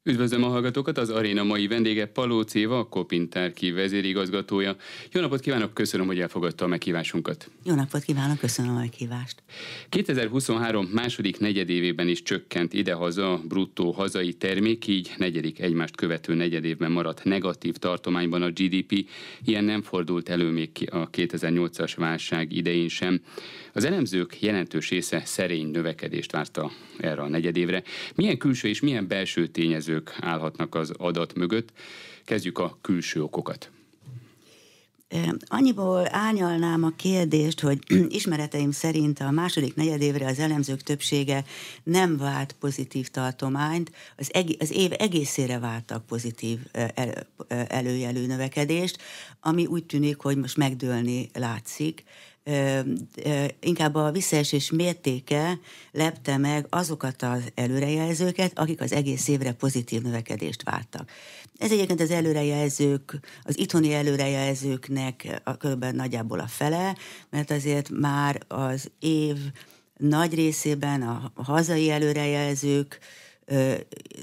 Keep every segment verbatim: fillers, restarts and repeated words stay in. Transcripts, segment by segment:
Üdvözlöm a hallgatókat, az Aréna mai vendége Palóc Éva, a Kopintárki vezérigazgatója. Jó napot kívánok, köszönöm, hogy elfogadta a meghívásunkat. Jó napot kívánok, köszönöm a meghívást. kétezer-huszonhárom második negyedévében is csökkent idehaza a bruttó hazai termék, így negyedik egymást követő negyedévben maradt negatív tartományban a gé dé pé. Ilyen nem fordult elő még a kétezer-nyolcas válság idején sem. Az elemzők jelentős része szerény növekedést várta erre a negyedévre. Milyen külső és milyen belső tényezők állhatnak az adat mögött? Kezdjük a külső okokat. Annyiból árnyalnám a kérdést, hogy ismereteim szerint a második negyedévre az elemzők többsége nem várt pozitív tartományt, az, eg- az év egészére vártak pozitív el- előjelű növekedést, ami úgy tűnik, hogy most megdőlni látszik. Ö, ö, inkább a visszaesés mértéke lepte meg azokat az előrejelzőket, akik az egész évre pozitív növekedést vártak. Ez egyébként az előrejelzők, az itthoni előrejelzőknek a, körülbelül nagyjából a fele, mert azért már az év nagy részében a, a hazai előrejelzők ö,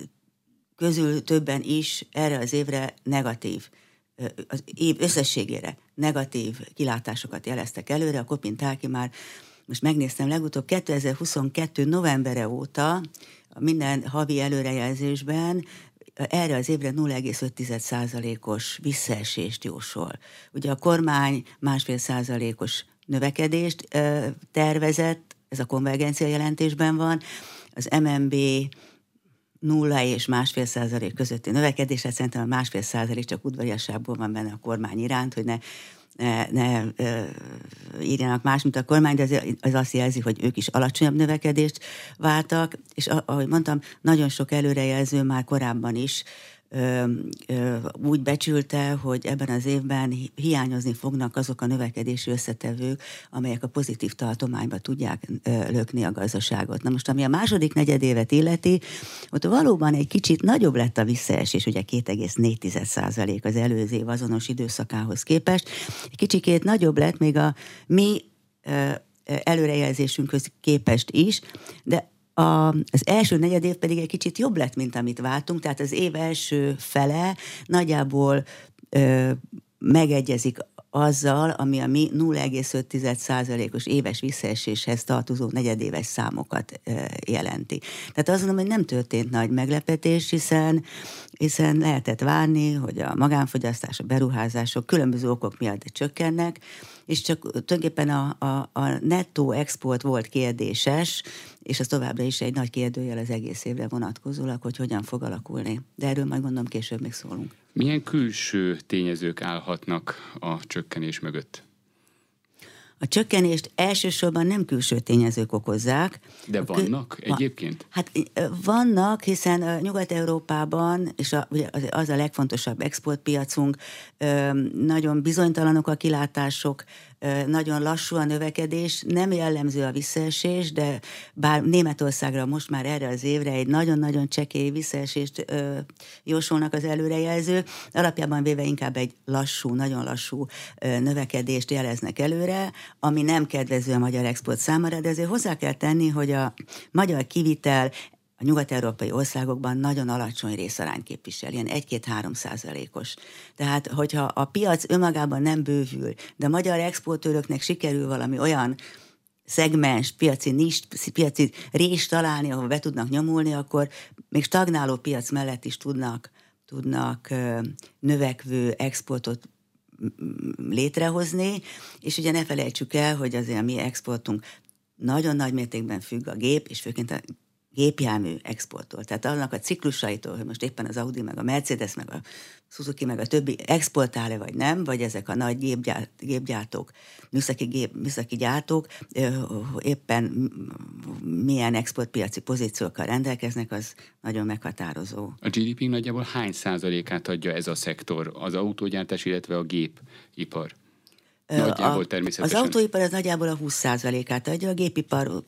közül többen is erre az évre negatív, az év összességére negatív kilátásokat jeleztek előre. A Kopintárki már, most megnéztem legutóbb, kétezer-huszonkettő novembere óta minden havi előrejelzésben erre az évre nulla egész öt százalékos visszaesést jósol. Ugye a kormány másfél százalékos növekedést ö, tervezett, ez a konvergencia jelentésben van, az em en bé nulla és másfél százalék közötti növekedés, hát szerintem a másfél százalék csak udvariasságból van benne a kormány iránt, hogy ne, ne, ne e, írjanak más, mint a kormány, de az, az azt jelzi, hogy ők is alacsonyabb növekedést vártak, és ahogy mondtam, nagyon sok előrejelző már korábban is Ö, ö, úgy becsülte, hogy ebben az évben hiányozni fognak azok a növekedési összetevők, amelyek a pozitív tartományba tudják ö, lökni a gazdaságot. Na most, ami a második negyedévet illeti, ott valóban egy kicsit nagyobb lett a visszaesés, ugye két egész négy százalék az előző év azonos időszakához képest. Egy kicsikét nagyobb lett még a mi ö, előrejelzésünkhöz képest is, de A, az első negyedév pedig egy kicsit jobb lett, mint amit vártunk, tehát az év első fele nagyjából ö, megegyezik azzal, ami a mi nulla egész öt százalékos éves visszaeséshez tartozó negyedéves számokat ö, jelenti. Tehát azt mondom, hogy nem történt nagy meglepetés, hiszen, hiszen lehetett várni, hogy a magánfogyasztás, a beruházások különböző okok miatt csökkennek, és csak tulajdonképpen a, a, a nettó export volt kérdéses, és az továbbra is egy nagy kérdőjel az egész évre vonatkozólag, hogy hogyan fog alakulni. De erről majd gondolom később még szólunk. Milyen külső tényezők állhatnak a csökkenés mögött? A csökkenést elsősorban nem külső tényezők okozzák. De vannak kül... egyébként? Hát vannak, hiszen Nyugat-Európában, és a, ugye az a legfontosabb exportpiacunk, nagyon bizonytalanok a kilátások, nagyon lassú a növekedés, nem jellemző a visszaesés, de bár Németországra most már erre az évre egy nagyon-nagyon csekély visszaesést ö, jósolnak az előrejelzők, alapjában véve inkább egy lassú, nagyon lassú ö, növekedést jeleznek előre, ami nem kedvező a magyar export számára, de azért hozzá kell tenni, hogy a magyar kivitel a nyugat-európai országokban nagyon alacsony részarány képvisel, ilyen egy-két-három százalékos. Tehát, hogyha a piac önmagában nem bővül, de a magyar exportőröknek sikerül valami olyan szegmens, piaci nis, piaci rést találni, ahol be tudnak nyomulni, akkor még stagnáló piac mellett is tudnak, tudnak növekvő exportot létrehozni, és ugye ne felejtsük el, hogy azért a mi exportunk nagyon nagy mértékben függ a gép, és főként a gépjármű exporttól. Tehát annak a ciklusaitól, hogy most éppen az Audi, meg a Mercedes, meg a Suzuki, meg a többi exportál-e vagy nem, vagy ezek a nagy gépgyárt, gépgyártók, műszaki, gép, műszaki gyártók éppen milyen exportpiaci pozíciókkal rendelkeznek, az nagyon meghatározó. A gé dé pé nagyjából hány százalékát adja ez a szektor, az autógyártás, illetve a gépipar? Nagyjából természetesen. Az autóipar az nagyjából a húsz százalékát adja, a gépipar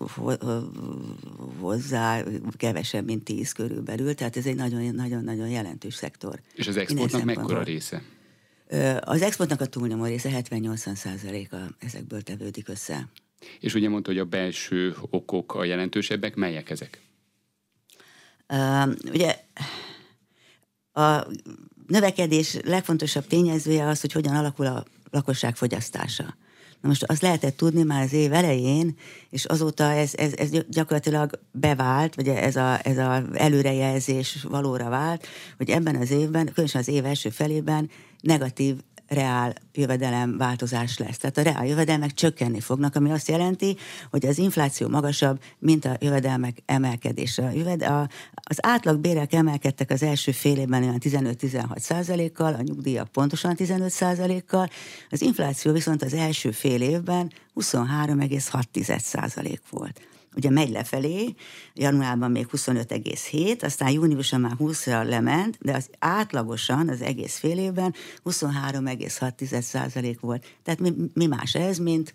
hozzá kevesebb, mint tíz körülbelül, tehát ez egy nagyon-nagyon jelentős szektor. És az exportnak mekkora része? Az exportnak a túlnyomó része hetven-nyolcvan százaléka ezekből tevődik össze. És ugye mondta, hogy a belső okok a jelentősebbek, melyek ezek? Uh, ugye A növekedés legfontosabb tényezője az, hogy hogyan alakul a lakosság fogyasztása. Na most azt lehetett tudni már az év elején, és azóta ez, ez, ez gyakorlatilag bevált, vagy ez a, ez a előrejelzés valóra vált, hogy ebben az évben, különösen az év első felében negatív reál jövedelem változás lesz. Tehát a reál jövedelmek csökkenni fognak, ami azt jelenti, hogy az infláció magasabb, mint a jövedelmek emelkedése. A jöved, a, az átlagbérek emelkedtek az első fél évben olyan tizenöt-tizenhat százalékkal, a nyugdíjak pontosan tizenöt százalékkal, az infláció viszont az első fél évben huszonhárom egész hat százalék volt. Ugye megy lefelé, januárban még huszonöt egész hét, aztán júniusban már húszra lement, de az átlagosan az egész fél évben huszonhárom egész hat százalék volt. Tehát mi, mi más ez, mint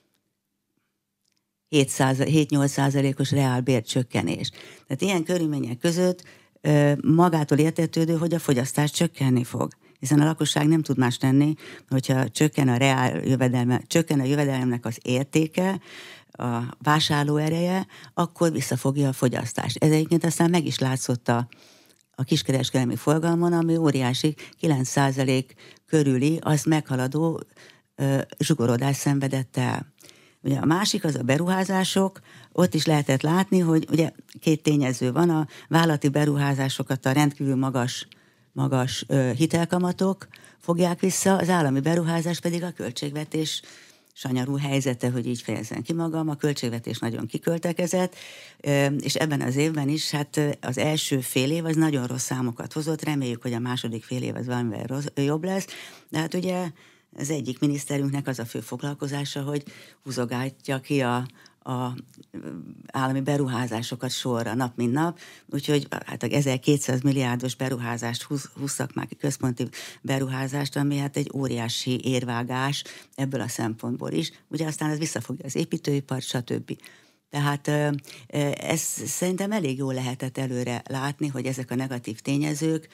hét-nyolc százalékos reálbércsökkenés. Tehát ilyen körülmények között ö, magától értetődő, hogy a fogyasztás csökkenni fog. Hiszen a lakosság nem tud más tenni, hogyha csökken a reál jövedelme, csökken a jövedelemnek az értéke, a vásárlóereje, akkor visszafogja a fogyasztást. Ez egyébként aztán meg is látszott a, a kiskereskedelmi forgalmon, ami óriási kilenc százalék körüli, azt meghaladó ö, zsugorodást szenvedett el. Ugye a másik az a beruházások, ott is lehetett látni, hogy ugye két tényező van, a vállalati beruházásokat a rendkívül magas, magas ö, hitelkamatok fogják vissza, az állami beruházás pedig a költségvetés sanyarú helyzete, hogy így fejezem ki magam, a költségvetés nagyon kiköltekezett, és ebben az évben is, hát az első fél év az nagyon rossz számokat hozott, reméljük, hogy a második fél év az valamivel rossz, jobb lesz, de hát ugye az egyik miniszterünknek az a fő foglalkozása, hogy húzogatja ki a, a állami beruházásokat sorra nap mint nap, úgyhogy hát ezerkétszáz milliárdos beruházást húztak már ki, központi beruházást, ami hát egy óriási érvágás ebből a szempontból is. Ugye aztán ez visszafogja az építőipart, stb. Tehát ez szerintem elég jól lehetett előre látni, hogy ezek a negatív tényezők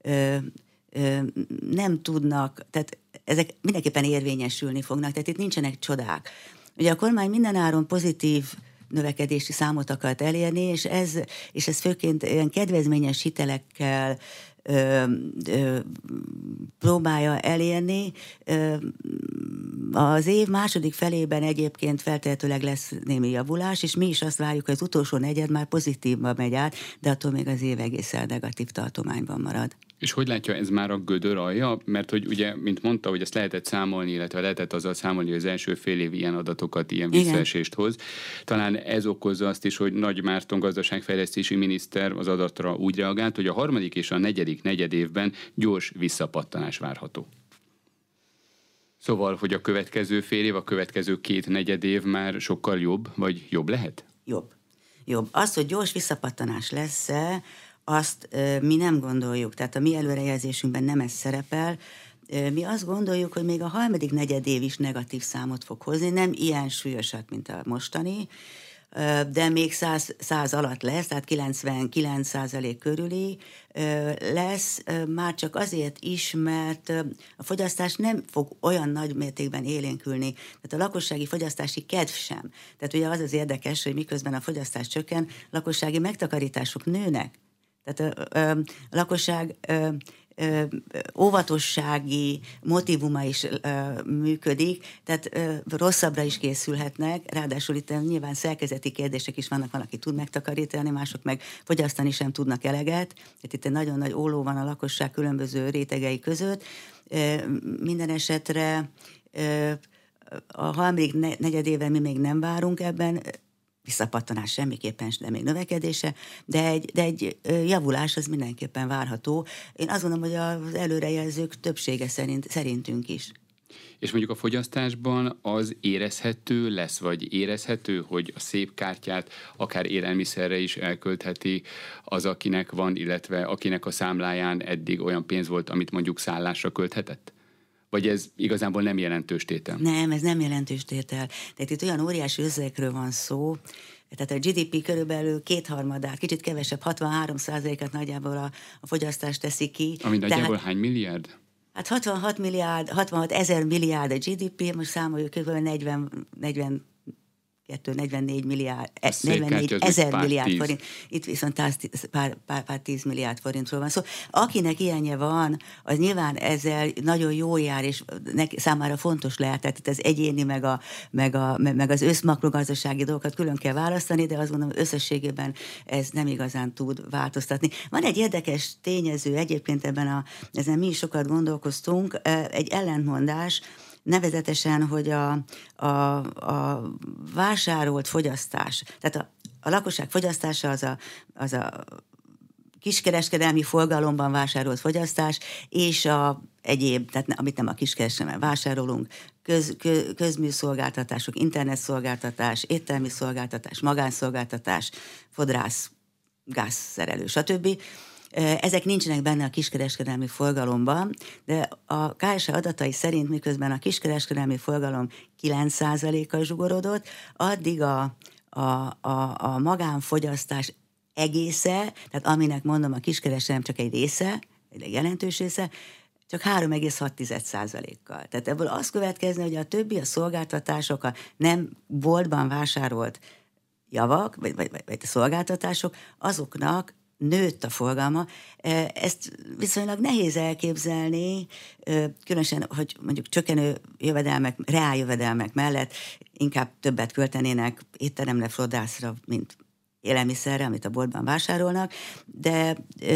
nem tudnak, tehát ezek mindenképpen érvényesülni fognak, tehát itt nincsenek csodák. Ugye a kormány mindenáron pozitív növekedési számot akart elérni, és ez, és ez főként ilyen kedvezményes hitelekkel ö, ö, próbálja elérni. Ö, az év második felében egyébként feltehetőleg lesz némi javulás, és mi is azt várjuk, hogy az utolsó negyed már pozitívba megy át, de attól még az év egészen negatív tartományban marad. És hogy látja, ez már a gödör alja? Mert hogy ugye, mint mondta, hogy ezt lehetett számolni, illetve lehetett azzal számolni, hogy az első fél év ilyen adatokat, ilyen visszaesést hoz. Talán ez okozza azt is, hogy Nagy Márton gazdaságfejlesztési miniszter az adatra úgy reagált, hogy a harmadik és a negyedik negyed évben gyors visszapattanás várható. Szóval, hogy a következő fél év, a következő két negyed év már sokkal jobb, vagy jobb lehet? Jobb. Jobb. Az, hogy gyors visszapattanás lesz-e, azt ö, mi nem gondoljuk, tehát a mi előrejelzésünkben nem ez szerepel. Ö, mi azt gondoljuk, hogy még a harmadik negyed év is negatív számot fog hozni, nem ilyen súlyosat, mint a mostani, ö, de még száz, száz alatt lesz, tehát kilencvenkilenc százalék körüli ö, lesz, ö, már csak azért is, mert ö, a fogyasztás nem fog olyan nagy mértékben élénkülni, tehát a lakossági fogyasztási kedv sem. Tehát ugye az az érdekes, hogy miközben a fogyasztás csökken, lakossági megtakarítások nőnek. Tehát a, a, a lakosság ö, ö, óvatossági motívuma is ö, működik, tehát ö, rosszabbra is készülhetnek, ráadásul itt nyilván szerkezeti kérdések is vannak, van, aki tud megtakarítani, mások meg fogyasztani sem tudnak eleget, tehát itt egy nagyon nagy óló van a lakosság különböző rétegei között. Ö, minden esetre ö, a harmadik negyedéven mi még nem várunk ebben, visszapattanás semmiképpen, de még növekedése, de egy, de egy javulás az mindenképpen várható. Én azt gondolom, hogy az előrejelzők többsége szerint, szerintünk is. És mondjuk a fogyasztásban az érezhető lesz, vagy érezhető, hogy a szép kártyát akár élelmiszerre is elköltheti az, akinek van, illetve akinek a számláján eddig olyan pénz volt, amit mondjuk szállásra költhetett? Vagy ez igazából nem jelentős tétel? Nem, ez nem jelentős tétel. Tehát itt olyan óriási összegekről van szó, tehát a gé dé pé körülbelül kétharmadát, kicsit kevesebb, hatvanhárom százalékát nagyjából a, a fogyasztás teszi ki. Ami nagyjából tehát, hány milliárd? Hát hatvanhat milliárd, hatvanhat ezer milliárd a gé dé pé, most számoljuk kb. negyven, negyven negyvennégy milliárd, negyvennégy ezer milliárd tíz. Forint, itt viszont pár, pár, pár, pár tíz milliárd forintról van szó. Szóval, akinek ilyenje van, az nyilván ezzel nagyon jó jár, és neki, számára fontos lehet, tehát itt az egyéni, meg, a, meg, a, meg az összmakrogazdasági dolgokat külön kell választani, de azt gondolom, összességében ez nem igazán tud változtatni. Van egy érdekes tényező, egyébként ebben a, ezen mi is sokat gondolkoztunk, egy ellentmondás, nevezetesen, hogy a, a, a vásárolt fogyasztás, tehát a, a lakosság fogyasztása az a, az a kiskereskedelmi forgalomban vásárolt fogyasztás, és a egyéb, tehát amit nem a kiskereskedelmen vásárolunk, köz, kö, közműszolgáltatások, internetszolgáltatás, éttermi szolgáltatás, magánszolgáltatás, fodrász, gázszerelő, stb. Ezek nincsenek benne a kiskereskedelmi forgalomban, de a ká es há adatai szerint, miközben a kiskereskedelmi forgalom kilenc százalékkal zsugorodott, addig a, a, a, a magánfogyasztás egésze, tehát aminek mondom a kiskereskedelem csak egy része, egy jelentős része, csak három egész hat százalékkal. Tehát ebből az következne, hogy a többi a szolgáltatások, a nem boltban vásárolt javak, vagy, vagy, vagy a szolgáltatások, azoknak nőtt a forgalma. Ezt viszonylag nehéz elképzelni, különösen, hogy mondjuk csökkenő jövedelmek, reál jövedelmek mellett inkább többet költenének étteremre, fodrászra, mint élelmiszerre, amit a boltban vásárolnak, de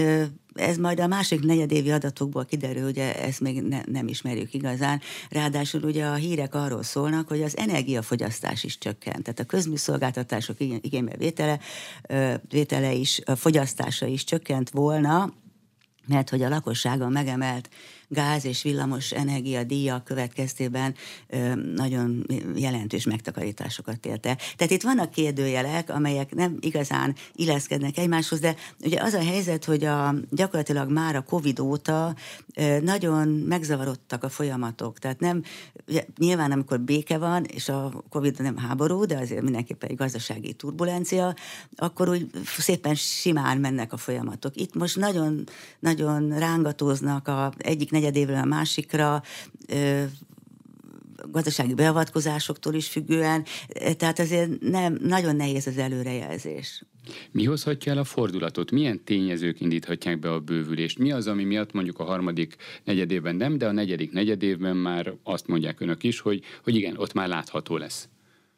ez majd a másik negyedévi adatokból kiderül, hogy ezt még ne, nem ismerjük igazán. Ráadásul ugye a hírek arról szólnak, hogy az energiafogyasztás is csökkent. Tehát a közműszolgáltatások igénybe vétele, vétele is, a fogyasztása is csökkent volna, mert hogy a lakosságon megemelt gáz és villamos energia díjak következtében ö, nagyon jelentős megtakarításokat ért el. Tehát itt vannak kérdőjelek, amelyek nem igazán illeszkednek egymáshoz, de ugye az a helyzet, hogy a, gyakorlatilag már a Covid óta ö, nagyon megzavarodtak a folyamatok. Tehát nem, ugye, nyilván amikor béke van, és a Covid nem háború, de azért mindenképpen egy gazdasági turbulencia, akkor úgy szépen simán mennek a folyamatok. Itt most nagyon, nagyon rángatóznak a egyik negyedévről a másikra, ö, gazdasági beavatkozásoktól is függően, tehát azért nem, nagyon nehéz az előrejelzés. Mi hozhatja el a fordulatot? Milyen tényezők indíthatják be a bővülést? Mi az, ami miatt mondjuk a harmadik negyedévben nem, de a negyedik negyedévben már azt mondják önök is, hogy, hogy igen, ott már látható lesz?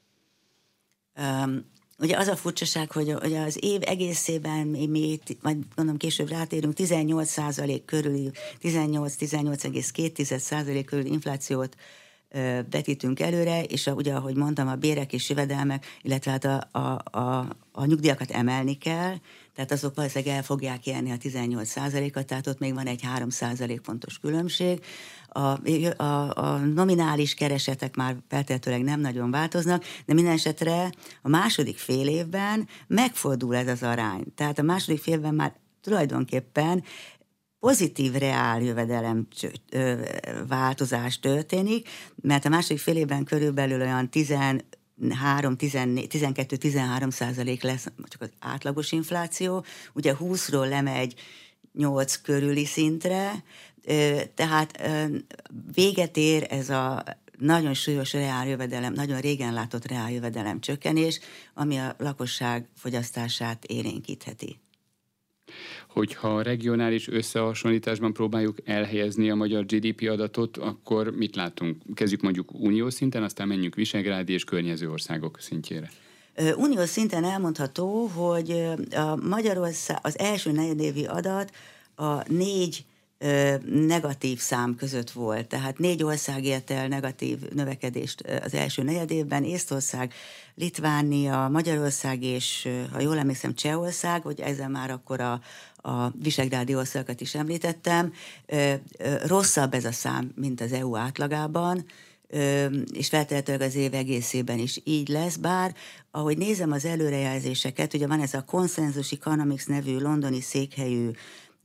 Um, Ugye az a furcsaság, hogy, hogy az év egészében mi, mi majd gondolom később rátérünk, tizennyolc százalék körül, tizennyolc-tizennyolc egész két százalék körül inflációt ö, vetítünk előre, és a, ugye, ahogy mondtam, a bérek és jövedelmek, illetve hát a, a, a, a nyugdíjakat emelni kell, tehát azok valószínűleg el fogják érni a tizennyolc százalékot, tehát ott még van egy három százalék pontos különbség. A, a, a nominális keresetek már feltétlenül nem nagyon változnak, de minden esetre a második fél évben megfordul ez az arány. Tehát a második fél évben már tulajdonképpen pozitív reál jövedelem változás történik, mert a második fél évben körülbelül olyan tizenhárom, tizenkettő tizenhárom százalék lesz csak az átlagos infláció, ugye húszról lemegy nyolc körüli szintre, tehát véget ér ez a nagyon súlyos reáljövedelem, nagyon régen látott reáljövedelem csökkenés, ami a lakosság fogyasztását élénkítheti. Hogyha regionális összehasonlításban próbáljuk elhelyezni a magyar gé dé pé adatot, akkor mit látunk? Kezdjük mondjuk uniós szinten, aztán menjünk visegrádi és környező országok szintjére. Uniós szinten elmondható, hogy a Magyarország, az első negyedévi adat a négy negatív szám között volt. Tehát négy ország ért el negatív növekedést az első negyedévben, Észtország, Litvánia, Magyarország és, ha jól emlékszem, Csehország, hogy ezzel már akkor a, a visegrádi országokat is említettem. Rosszabb ez a szám, mint az é u átlagában, és feltétlenül az év egészében is így lesz, bár ahogy nézem az előrejelzéseket, ugye van ez a Consensus Economics nevű londoni székhelyű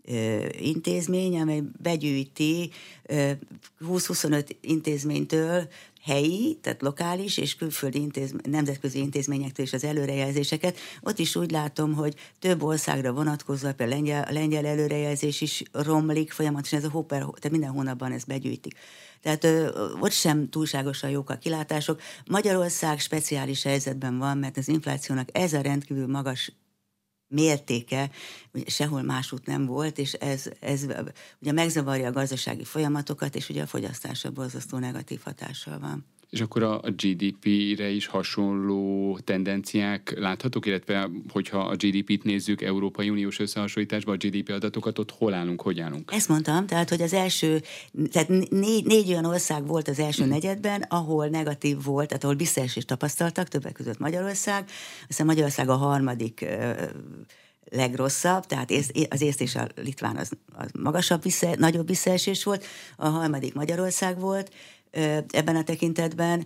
intézmény, amely begyűjti húsz-huszonöt intézménytől helyi, tehát lokális és külföldi intézmény, nemzetközi intézményektől is az előrejelzéseket. Ott is úgy látom, hogy több országra vonatkozva, például a lengyel, a lengyel előrejelzés is romlik folyamatosan, ez a Hopper, tehát minden hónapban ezt begyűjtik. Tehát ö, ott sem túlságosan jók a kilátások. Magyarország speciális helyzetben van, mert az inflációnak ez a rendkívül magas mértéke, ugye sehol másút nem volt, és ez, ez ugye megzavarja a gazdasági folyamatokat, és ugye a fogyasztásra borzasztó negatív hatással van. És akkor a gé dé pére is hasonló tendenciák láthatók, illetve hogyha a gé dé pét nézzük Európai Uniós összehasonlításban, a gé dé pé adatokat, ott hol állunk, hogy állunk? Ezt mondtam, tehát hogy az első, tehát négy, négy olyan ország volt az első negyedben, ahol negatív volt, tehát ahol visszaesést tapasztaltak, többek között Magyarország, aztán Magyarország a harmadik legrosszabb, tehát az észt és a litván az, az magasabb, vissza, nagyobb visszaesés volt, a harmadik Magyarország volt ebben a tekintetben,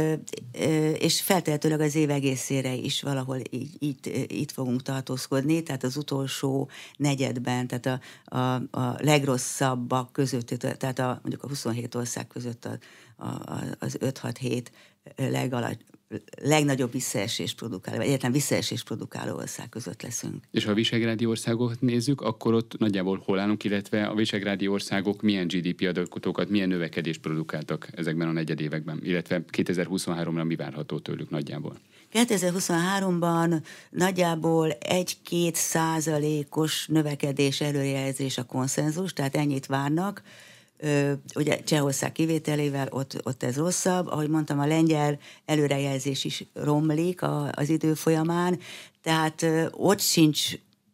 és feltehetőleg az év egészére is valahol így, így, így fogunk tartózkodni, tehát az utolsó negyedben, tehát a, a, a legrosszabbak között, tehát a, mondjuk a huszonhét ország között a, a, az öt-hat-hét legalacsonyabb, legnagyobb visszaesés produkáló, vagy egyáltalán visszaesés produkáló ország között leszünk. És ha a visegrádi országokat nézzük, akkor ott nagyjából hol állunk, illetve a visegrádi országok milyen gé dé pé adatokat, milyen növekedést produkáltak ezekben a negyedévekben, illetve kétezer-huszonháromra mi várható tőlük nagyjából? kétezer-huszonháromban nagyjából egy-két százalékos növekedés előrejelzés a konszenzus, tehát ennyit várnak. Ö, ugye Csehország kivételével ott, ott ez rosszabb, ahogy mondtam, a lengyel előrejelzés is romlik a, az idő folyamán, tehát ö, ott sincs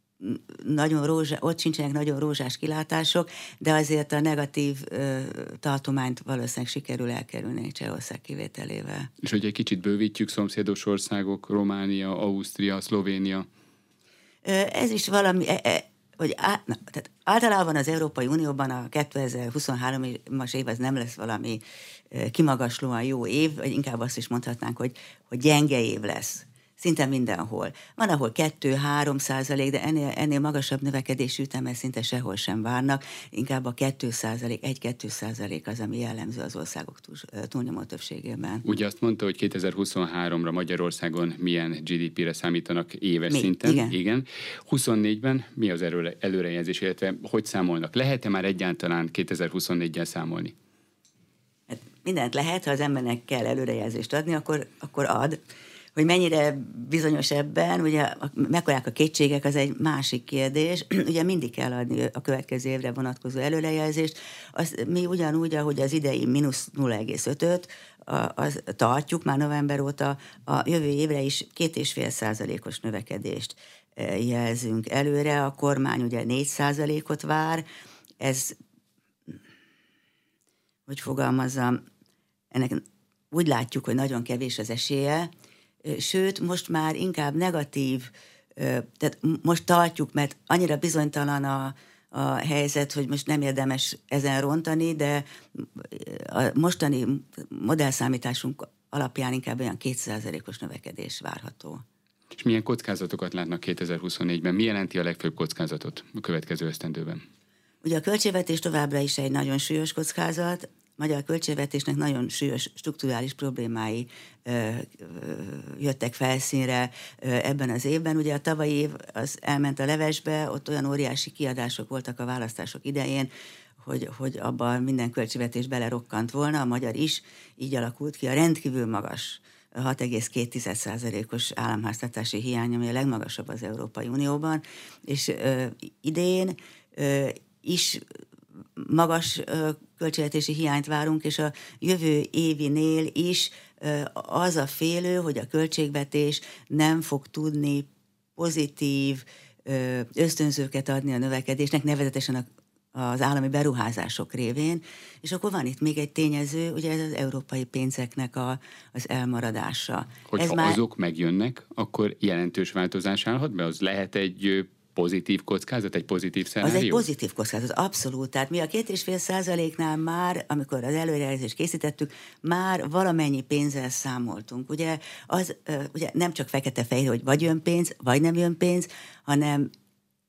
nagyon rózsa, ott sincsenek nagyon rózsás kilátások, de azért a negatív ö, tartományt valószínűleg sikerül elkerülni Csehország kivételével. És hogy egy kicsit bővítjük, szomszédos országok, Románia, Ausztria, Szlovénia. Ö, ez is valami... E, e, hogy á, na, tehát általában az Európai Unióban a kétezer-huszonhárom-as év az nem lesz valami e, kimagaslóan jó év, vagy inkább azt is mondhatnánk, hogy, hogy gyenge év lesz. Szinte mindenhol. Van, ahol kettő-három százalék, de ennél, ennél magasabb növekedésű ütemmel szinte sehol sem várnak. Inkább a kettő százalék, egy-kettő százalék az, ami jellemző az országok túl, túlnyomó többségében. Ugye azt mondta, hogy kétezer-huszonháromra Magyarországon milyen gé dé pére számítanak éves mi? szinten. Igen. Igen. huszonnégyben mi az előre, előrejelzés, illetve hogy számolnak? Lehet-e már egyáltalán kétezer-huszonnégyel számolni? Hát mindent lehet, ha az embernek kell előrejelzést adni, akkor, akkor ad. Hogy mennyire bizonyos ebben, ugye mekkorák a kétségek, az egy másik kérdés. Ugye mindig kell adni a következő évre vonatkozó előrejelzést. Azt mi ugyanúgy, ahogy az idei mínusz nulla egész ötöt, az tartjuk már november óta, a jövő évre is két és fél százalékos növekedést jelzünk előre. A kormány ugye négy százalékot vár. Ez, hogy fogalmazzam, ennek úgy látjuk, hogy nagyon kevés az esélye, sőt, most már inkább negatív, tehát most tartjuk, mert annyira bizonytalan a, a helyzet, hogy most nem érdemes ezen rontani, de a mostani modellszámításunk alapján inkább olyan két százalékos növekedés várható. És milyen kockázatokat látnak kétezer-huszonnégyben? Mi jelenti a legfőbb kockázatot a következő esztendőben? Ugye a költségvetés továbbra is egy nagyon súlyos kockázat. Magyar költségvetésnek nagyon súlyos strukturális problémái ö, ö, jöttek felszínre ö, ebben az évben. Ugye a tavalyi év az elment a levesbe, ott olyan óriási kiadások voltak a választások idején, hogy, hogy abban minden költségvetés belerokkant volna, a magyar is, így alakult ki a rendkívül magas hat egész két százalékos államháztartási hiány, ami a legmagasabb az Európai Unióban, és ö, idén ö, is magas ö, költségvetési hiányt várunk, és a jövő évinél is ö, az a félő, hogy a költségvetés nem fog tudni pozitív ö, ösztönzőket adni a növekedésnek, nevezetesen a az állami beruházások révén, és akkor van itt még egy tényező, ugye ez az európai pénzeknek a, az elmaradása. Hogyha ez már... azok megjönnek, akkor jelentős változás állhat be? Az lehet egy pozitív kockázat, egy pozitív szenárió? Az egy pozitív kockázat, abszolút. Tehát mi a két és fél százaléknál már, amikor az előrejelzést készítettük, már valamennyi pénzzel számoltunk. Ugye, az, ugye nem csak fekete-fehér, hogy vagy jön pénz, vagy nem jön pénz, hanem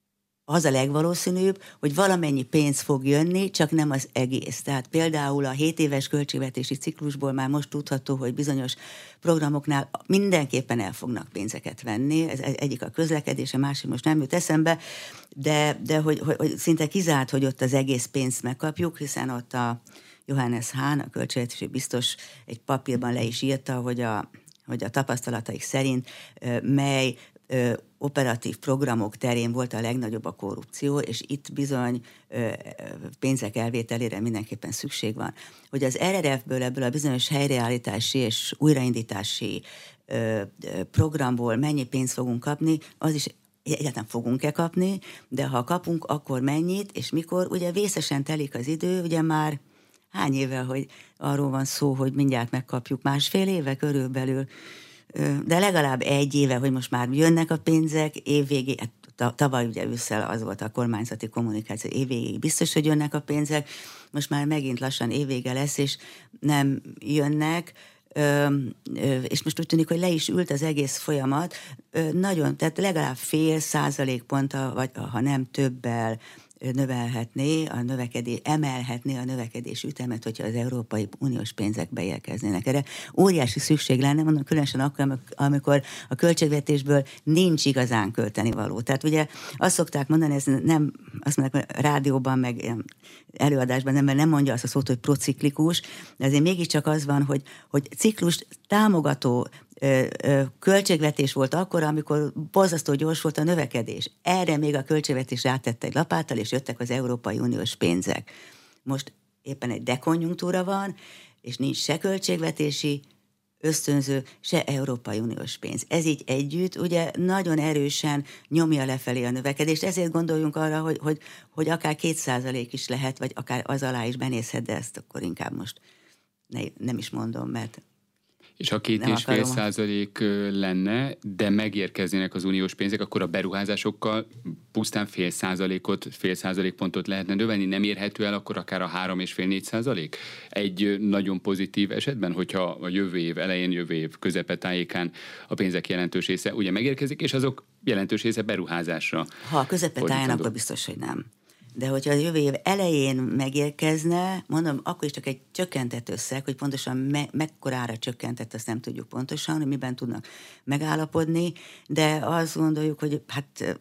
az a legvalószínűbb, hogy valamennyi pénz fog jönni, csak nem az egész. Tehát például a hét éves költségvetési ciklusból már most tudható, hogy bizonyos programoknál mindenképpen el fognak pénzeket venni. Ez egyik a közlekedés, a másik most nem jut eszembe, de, de hogy, hogy, hogy szinte kizárt, hogy ott az egész pénzt megkapjuk, hiszen ott a Johannes Hahn, a költségvetési biztos egy papírban le is írta, hogy a, hogy a tapasztalataik szerint mely ö, operatív programok terén volt a legnagyobb a korrupció, és itt bizony ö, pénzek elvételére mindenképpen szükség van. Hogy az er er ef-ből, ebből a bizonyos helyreállítási és újraindítási ö, programból mennyi pénzt fogunk kapni, az is egyáltalán fogunk-e kapni, de ha kapunk, akkor mennyit, és mikor, ugye vészesen telik az idő, ugye már hány évvel, hogy arról van szó, hogy mindjárt megkapjuk, másfél éve körülbelül, de legalább egy éve, hogy most már jönnek a pénzek, évvégé, tavaly ugye ősszel az volt a kormányzati kommunikáció, évvégéig biztos, hogy jönnek a pénzek, most már megint lassan évvége lesz, és nem jönnek, és most úgy tűnik, hogy le is ült az egész folyamat, nagyon, tehát legalább fél százalékponttal, vagy ha nem többel növelhetné a növekedés, emelhetné a növekedés ütemet, hogyha az Európai Uniós pénzek beérkeznének. Erre óriási szükség lenne, mondom, különösen akkor, amikor a költségvetésből nincs igazán költeni való. Tehát ugye azt szokták mondani, ez nem, azt mondják, hogy rádióban, meg előadásban nem, mert nem mondja azt a szót, hogy prociklikus, de azért mégiscsak az van, hogy, hogy ciklus támogató költségvetés volt akkor, amikor borzasztó gyors volt a növekedés. Erre még a költségvetés rátette egy lapáttal, és jöttek az Európai Uniós pénzek. Most éppen egy dekonjunktúra van, és nincs se költségvetési ösztönző, se Európai Uniós pénz. Ez így együtt ugye nagyon erősen nyomja lefelé a növekedést, ezért gondoljunk arra, hogy, hogy, hogy akár két százalék is lehet, vagy akár az alá is benézhet, de ezt akkor inkább most ne, nem is mondom, mert és ha két és fél százalék lenne, de megérkeznének az uniós pénzek, akkor a beruházásokkal pusztán fél százalékot, fél százalékpontot lehetne növelni, nem érhető el akkor akár a három és fél négy százalék? Egy nagyon pozitív esetben, hogyha a jövő év elején, jövő év közepetájékán a pénzek jelentős része ugye megérkezik, és azok jelentős része beruházásra. Ha a közepetáján, akkor biztos, hogy nem. De hogyha a jövő év elején megérkezne, mondom, akkor is csak egy csökkentett összeg, hogy pontosan me- mekkorára csökkentett, azt nem tudjuk pontosan, hogy miben tudnak megállapodni, de azt gondoljuk, hogy hát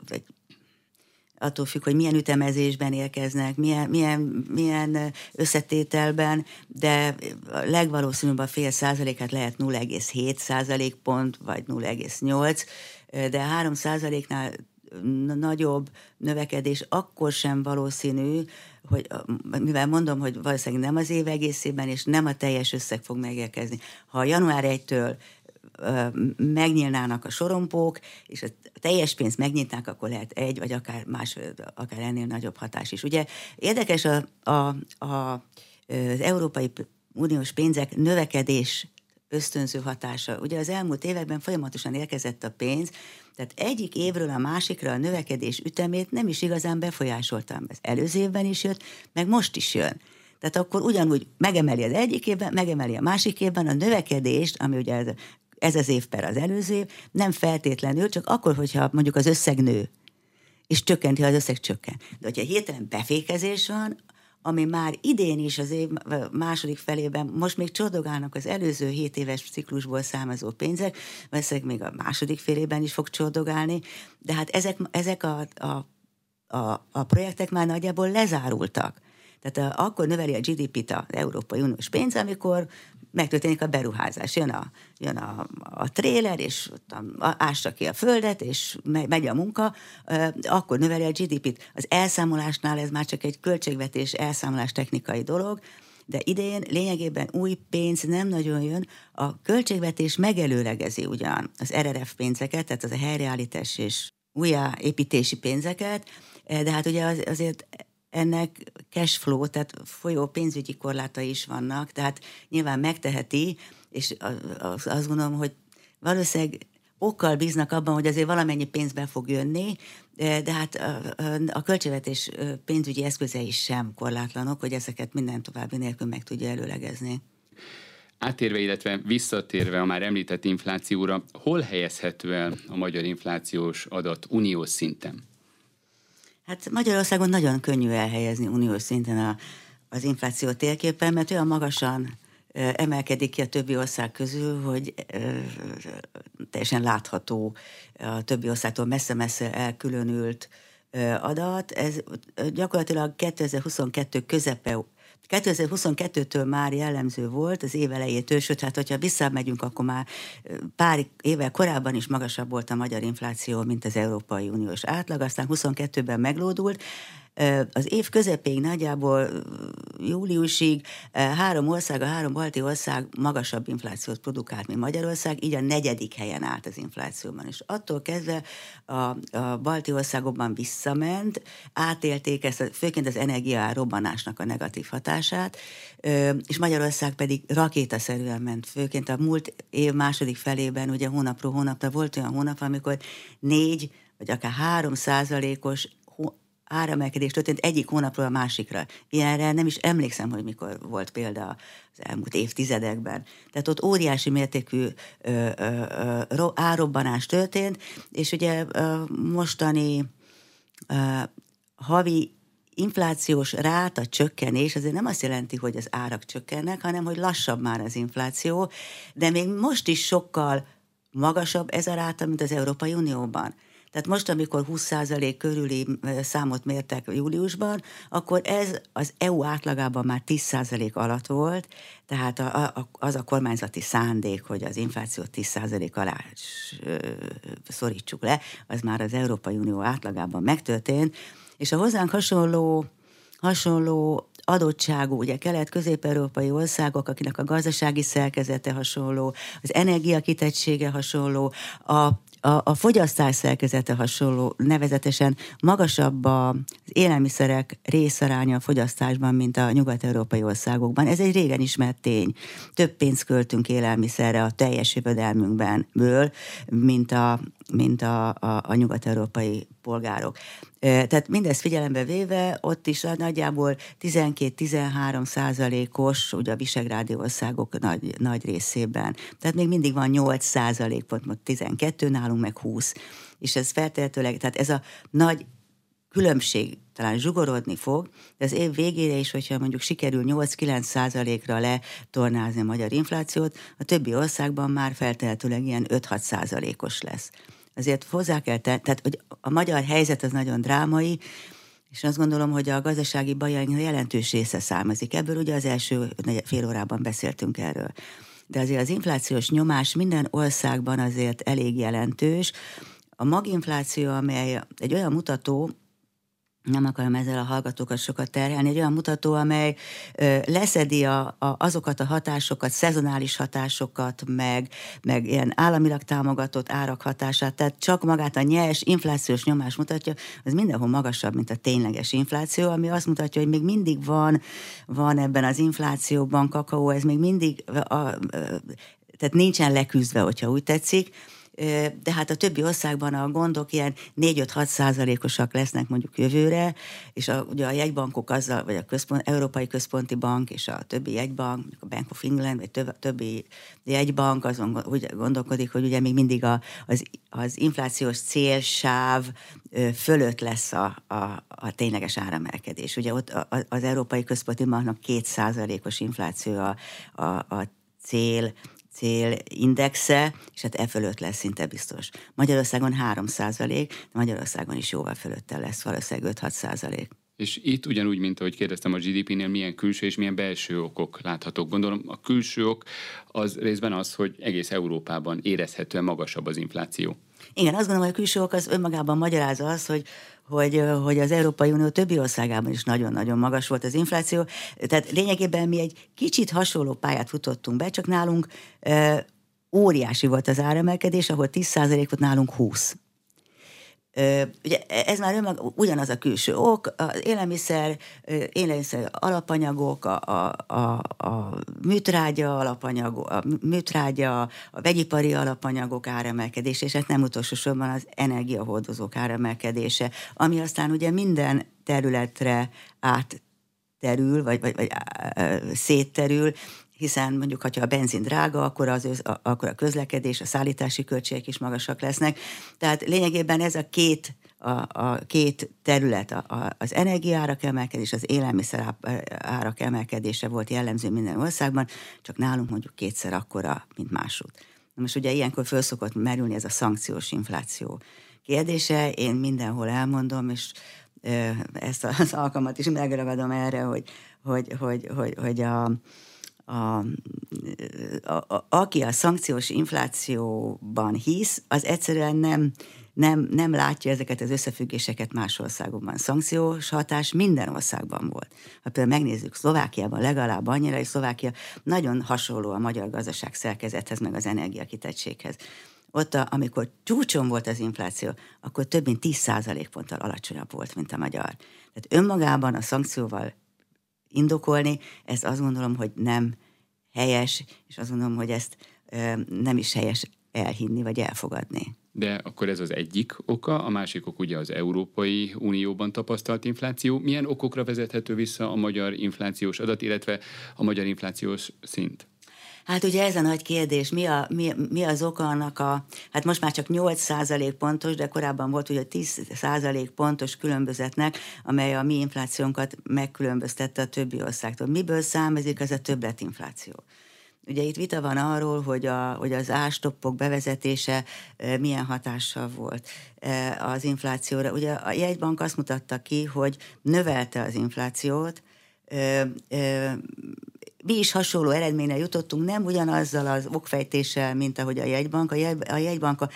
attól függ, hogy milyen ütemezésben érkeznek, milyen, milyen, milyen összetételben, de a legvalószínűbb a fél százalékát lehet nulla egész hét százalékpont, vagy nulla egész nyolc, de három százaléknál nagyobb növekedés akkor sem valószínű, hogy, mivel mondom, hogy valószínűleg nem az év egészében, és nem a teljes összeg fog megérkezni. Ha január elsejétől megnyílnának a sorompók, és a teljes pénzt megnyitnák, akkor lehet egy, vagy akár más, akár ennél nagyobb hatás is. Ugye érdekes a, a, a, az Európai Uniós pénzek növekedés ösztönző hatása. Ugye az elmúlt években folyamatosan érkezett a pénz, tehát egyik évről a másikra a növekedés ütemét nem is igazán befolyásoltam. Ez előző évben is jött, meg most is jön. Tehát akkor ugyanúgy megemeli az egyik évben, megemeli a másik évben a növekedést, ami ugye ez, ez az év per az előző év, nem feltétlenül, csak akkor, hogyha mondjuk az összeg nő, és csökkenti, ha az összeg csökken. De hogyha hirtelen befékezés van, ami már idén is az év második felében, most még csordogálnak az előző hét éves ciklusból származó pénzek, valószínűleg még a második félében is fog csordogálni, de hát ezek, ezek a, a, a, a projektek már nagyjából lezárultak. Tehát a, akkor növeli a gé dé pét az Európai Uniós pénz, amikor megtörténik a beruházás. Jön a, jön a, a tréler, és ássa ki a földet, és megy a munka, akkor növeli a gé dé pét. Az elszámolásnál ez már csak egy költségvetés elszámolás technikai dolog, de idén lényegében új pénz nem nagyon jön. A költségvetés megelőlegezi ugyan az er er ef pénzeket, tehát az a helyreállítás és újjáépítési pénzzik, de hát ugye az, azért ennek cash flow, tehát folyó pénzügyi korlátai is vannak, tehát nyilván megteheti, és azt gondolom, hogy valószínűleg okkal bíznak abban, hogy azért valamennyi pénzbe fog jönni, de hát a, a költségvetés pénzügyi eszközei sem korlátlanok, hogy ezeket minden további nélkül meg tudja előlegezni. Átérve, illetve visszatérve a már említett inflációra, hol helyezhető el a magyar inflációs adat uniós szinten? Hát Magyarországon nagyon könnyű elhelyezni uniós szinten a, az infláció térképen, mert olyan magasan emelkedik ki a többi ország közül, hogy teljesen látható a többi országtól messze-messze elkülönült adat. Ez gyakorlatilag kétezer-huszonkettő közepe, kétezer-huszonkettőtől már jellemző volt, az év elejétől, sőt, hát hogyha visszamegyünk, akkor már pár évvel korábban is magasabb volt a magyar infláció, mint az Európai Uniós átlag, aztán huszonkettőben meglódult. Az év közepéig nagyjából júliusig három ország, a három balti ország magasabb inflációt produkált, mint Magyarország, így a negyedik helyen állt az inflációban. És attól kezdve a, a balti országokban visszament, átélték ezt, főként az energiaár robbanásnak a negatív hatását, és Magyarország pedig rakétaszerűen ment, főként a múlt év második felében, ugye hónapról hónapra volt olyan hónap, amikor négy vagy akár három százalékos áremelkedés történt egyik hónapról a másikra. Ilyenre nem is emlékszem, hogy mikor volt példa az elmúlt évtizedekben. Tehát ott óriási mértékű ö, ö, ö, árrobbanás történt, és ugye ö, mostani ö, havi inflációs ráta csökkenés azért nem azt jelenti, hogy az árak csökkennek, hanem hogy lassabb már az infláció, de még most is sokkal magasabb ez a ráta, mint az Európai Unióban. Tehát most, amikor húsz százalék körüli számot mértek júliusban, akkor ez az é u átlagában már tíz százalék alatt volt, tehát a, a, az a kormányzati szándék, hogy az inflációt tíz százalék alá szorítsuk le, az már az Európai Unió átlagában megtörtént, és a hozzánk hasonló, hasonló adottságú, ugye kelet-közép-európai országok, akinek a gazdasági szerkezete hasonló, az energiakitettsége hasonló, a A, a fogyasztás szerkezete hasonló, nevezetesen magasabb az élelmiszerek részaránya a fogyasztásban, mint a nyugat-európai országokban. Ez egy régen ismert tény. Több pénzt költünk élelmiszerre a teljes jövedelmünkből, mint a, mint a, a, a nyugat-európai polgárok. Tehát mindezt figyelembe véve, ott is nagyjából tizenkét-tizenhárom százalékos, ugye a visegrádi országok nagy, nagy részében. Tehát még mindig van nyolc százalék, pont tizenkettő nálunk, meg húsz. És ez feltehetőleg, tehát ez a nagy különbség talán zsugorodni fog, de az év végére is, hogyha mondjuk sikerül nyolc-kilenc százalékra letornázni a magyar inflációt, a többi országban már feltehetőleg ilyen öt-hat százalékos lesz. Azért hozzá kell tenni, tehát hogy a magyar helyzet az nagyon drámai, és azt gondolom, hogy a gazdasági bajaink jelentős része származik. Ebből ugye az első fél órában beszéltünk erről. De azért az inflációs nyomás minden országban azért elég jelentős. A maginfláció, amely egy olyan mutató, nem akarom ezzel a hallgatókat sokat terhelni, egy olyan mutató, amely ö, leszedi a, a, azokat a hatásokat, szezonális hatásokat, meg, meg ilyen államilag támogatott árak hatását, tehát csak magát a nyers inflációs nyomás mutatja, az mindenhol magasabb, mint a tényleges infláció, ami azt mutatja, hogy még mindig van, van ebben az inflációban kakaó, ez még mindig, a, a, tehát nincsen leküzdve, hogyha úgy tetszik, de hát a többi országban a gondok ilyen négy-öt-hat százalékosak lesznek mondjuk jövőre, és a, ugye a jegybankok azzal, vagy a központ, Európai Központi Bank és a többi jegybank, a Bank of England, vagy több, többi jegybank azon úgy gondolkodik, hogy ugye még mindig a, az, az inflációs célsáv fölött lesz a, a, a tényleges áremelkedés. Ugye ott az Európai Központi Banknak két százalékos infláció a, a, a cél, célindexe, és hát e fölött lesz szinte biztos. Magyarországon három százalék, de Magyarországon is jóval fölötte lesz, valószínűleg öt-hat százalék. És itt ugyanúgy, mint ahogy kérdeztem a gé dé pénél, milyen külső és milyen belső okok láthatók. Gondolom a külső ok az részben az, hogy egész Európában érezhetően magasabb az infláció. Igen, azt gondolom, hogy a külső ok az önmagában magyarázza azt, hogy Hogy, hogy az Európai Unió többi országában is nagyon-nagyon magas volt az infláció. Tehát lényegében mi egy kicsit hasonló pályát futottunk be, csak nálunk e, óriási volt az áremelkedés, ahol tíz százalék volt, nálunk húsz. E, ugye ez már önmag, ugyanaz a külső ok, az élelmiszer, élelmiszer alapanyagok, a, a, a, a műtrágya alapanyagok, a műtrágya, a vegyipari alapanyagok áremelkedése, és hát nem utolsó sorban az energiahordozók áremelkedése, ami aztán ugye minden területre átterül, vagy, vagy, vagy szétterül, hiszen mondjuk, ha a benzin drága, akkor, az, akkor a közlekedés, a szállítási költségek is magasak lesznek. Tehát lényegében ez a két a, a két terület, a, a, az energiaárak emelkedés, az élelmiszer árak emelkedése volt jellemző minden országban, csak nálunk mondjuk kétszer akkora, mint máshogy. Na most ugye ilyenkor föl szokott merülni ez a szankciós infláció kérdése, én mindenhol elmondom, és ezt az alkalmat is megragadom erre, hogy, hogy, hogy, hogy, hogy a, a, a, a, aki a szankciós inflációban hisz, az egyszerűen nem, nem, nem látja ezeket az összefüggéseket más országokban. Szankciós hatás minden országban volt. Ha például megnézzük Szlovákiában legalább annyira, és Szlovákia nagyon hasonló a magyar gazdaság szerkezethez, meg az energiakitettséghez. Ott, a, amikor csúcson volt az infláció, akkor több mint tíz százalékponttal alacsonyabb volt, mint a magyar. Tehát önmagában a szankcióval indokolni, ezt azt gondolom, hogy nem helyes, és azt gondolom, hogy ezt ö, nem is helyes elhinni, vagy elfogadni. De akkor ez az egyik oka, a másik ok ugye az Európai Unióban tapasztalt infláció. Milyen okokra vezethető vissza a magyar inflációs adat, illetve a magyar inflációs szint? Hát ugye ez a nagy kérdés, mi, a, mi, mi az oka annak a, hát most már csak nyolc százalék pontos, de korábban volt ugye tíz százalék pontos különbözetnek, amely a mi inflációnkat megkülönböztette a többi országtól. Miből származik ez a többletinfláció? Ugye itt vita van arról, hogy, a, hogy az árstoppok bevezetése e, milyen hatással volt e, az inflációra. Ugye a jegybank azt mutatta ki, hogy növelte az inflációt, e, e, mi is hasonló eredményre jutottunk, nem ugyanazzal az okfejtéssel, mint ahogy a jegybank. A, jegy, a jegybank a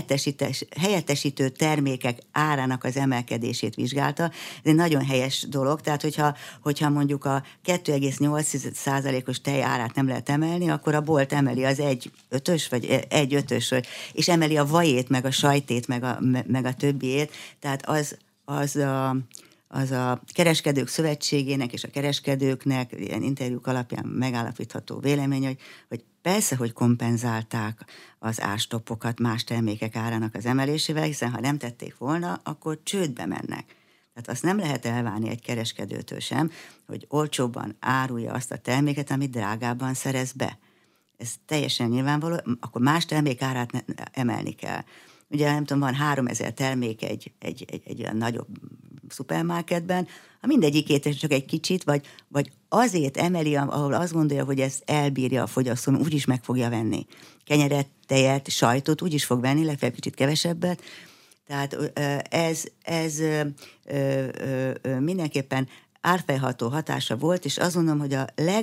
helyettesítő termékek árának az emelkedését vizsgálta. Ez egy nagyon helyes dolog, tehát hogyha, hogyha mondjuk a kettő egész nyolc százalékos tej árát nem lehet emelni, akkor a bolt emeli az egy ötös, vagy egy ötös, és emeli a vajét, meg a sajtét, meg a, meg a többiét, tehát az, az a... az a kereskedők szövetségének és a kereskedőknek ilyen interjúk alapján megállapítható vélemény, hogy, hogy persze, hogy kompenzálták az árstoppokat más termékek árának az emelésével, hiszen ha nem tették volna, akkor csődbe mennek. Tehát azt nem lehet elvárni egy kereskedőtől sem, hogy olcsóbban árulja azt a terméket, amit drágábban szerez be. Ez teljesen nyilvánvaló, akkor más termék árát ne, emelni kell. Ugye nem tudom, van háromezer termék egy, egy, egy, egy olyan nagyobb szupermarketben, ha mindegyikét csak egy kicsit, vagy, vagy azért emeli, ahol azt gondolja, hogy ez elbírja a fogyasztó, úgyis meg fogja venni. Kenyeret, tejet, sajtot úgyis fog venni, legfeljebb kicsit kevesebbet. Tehát ez, ez mindenképpen árfejható hatása volt, és azt mondom, hogy a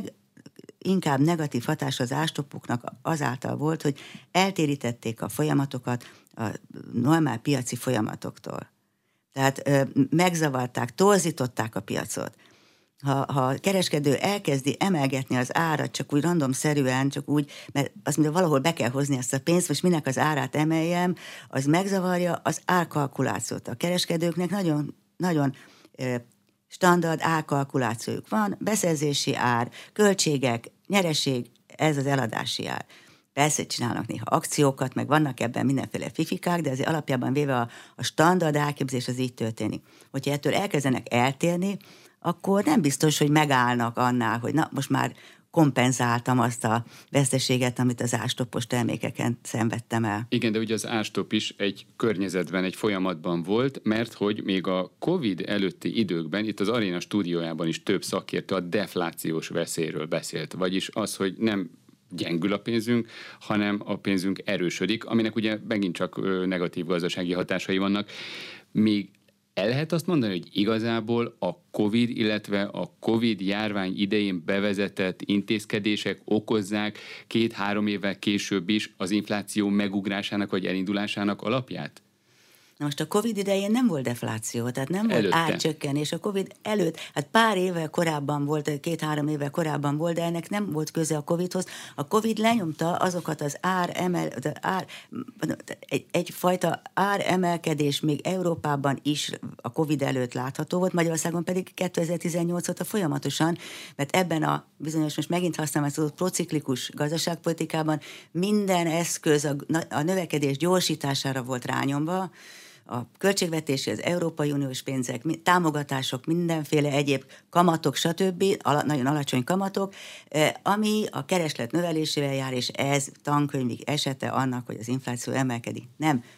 leginkább negatív hatása az árstoppoknak azáltal volt, hogy eltérítették a folyamatokat a normál piaci folyamatoktól. Tehát ö, megzavarták, torzították a piacot. Ha, ha a kereskedő elkezdi emelgetni az árat, csak úgy randomszerűen, csak úgy, mert azt mondja, valahol be kell hozni ezt a pénzt, most minek az árát emeljem, az megzavarja az árkalkulációt. A kereskedőknek nagyon, nagyon ö, standard árkalkulációjuk van, beszerzési ár, költségek, nyereség, ez az eladási ár. Persze csinálnak néha akciókat, meg vannak ebben mindenféle fifikák, de azért alapjában véve a, a standard árképzés az így történik. Hogyha ettől elkezdenek eltérni, akkor nem biztos, hogy megállnak annál, hogy na, most már kompenzáltam azt a veszteséget, amit az árstoppos termékeken szenvedtem el. Igen, de ugye az árstopp is egy környezetben, egy folyamatban volt, mert hogy még a Covid előtti időkben, itt az Aréna stúdiójában is több szakértő a deflációs veszélyről beszélt, vagyis az, hogy nem gyengül a pénzünk, hanem a pénzünk erősödik, aminek ugye megint csak negatív gazdasági hatásai vannak. Még el lehet azt mondani, hogy igazából a Covid, illetve a Covid járvány idején bevezetett intézkedések okozzák két-három évvel később is az infláció megugrásának vagy elindulásának alapját? Na most a Covid idején nem volt defláció, tehát nem volt Előtte. árcsökkenés. A Covid előtt, hát pár évvel korábban volt, két-három évvel korábban volt, de ennek nem volt köze a Covidhoz. A Covid lenyomta azokat az ár emel, ár, egy, egyfajta áremelkedés még Európában is a Covid előtt látható volt, Magyarországon pedig kétezer-tizennyolc óta folyamatosan, mert ebben a bizonyos, most megint használom ezt a prociklikus gazdaságpolitikában minden eszköz a, a növekedés gyorsítására volt rányomva, a költségvetési, az Európai Uniós pénzek, támogatások, mindenféle egyéb kamatok, stb., ala, nagyon alacsony kamatok, ami a kereslet növelésével jár, és ez tankönyvig esete annak, hogy az infláció emelkedik. Nem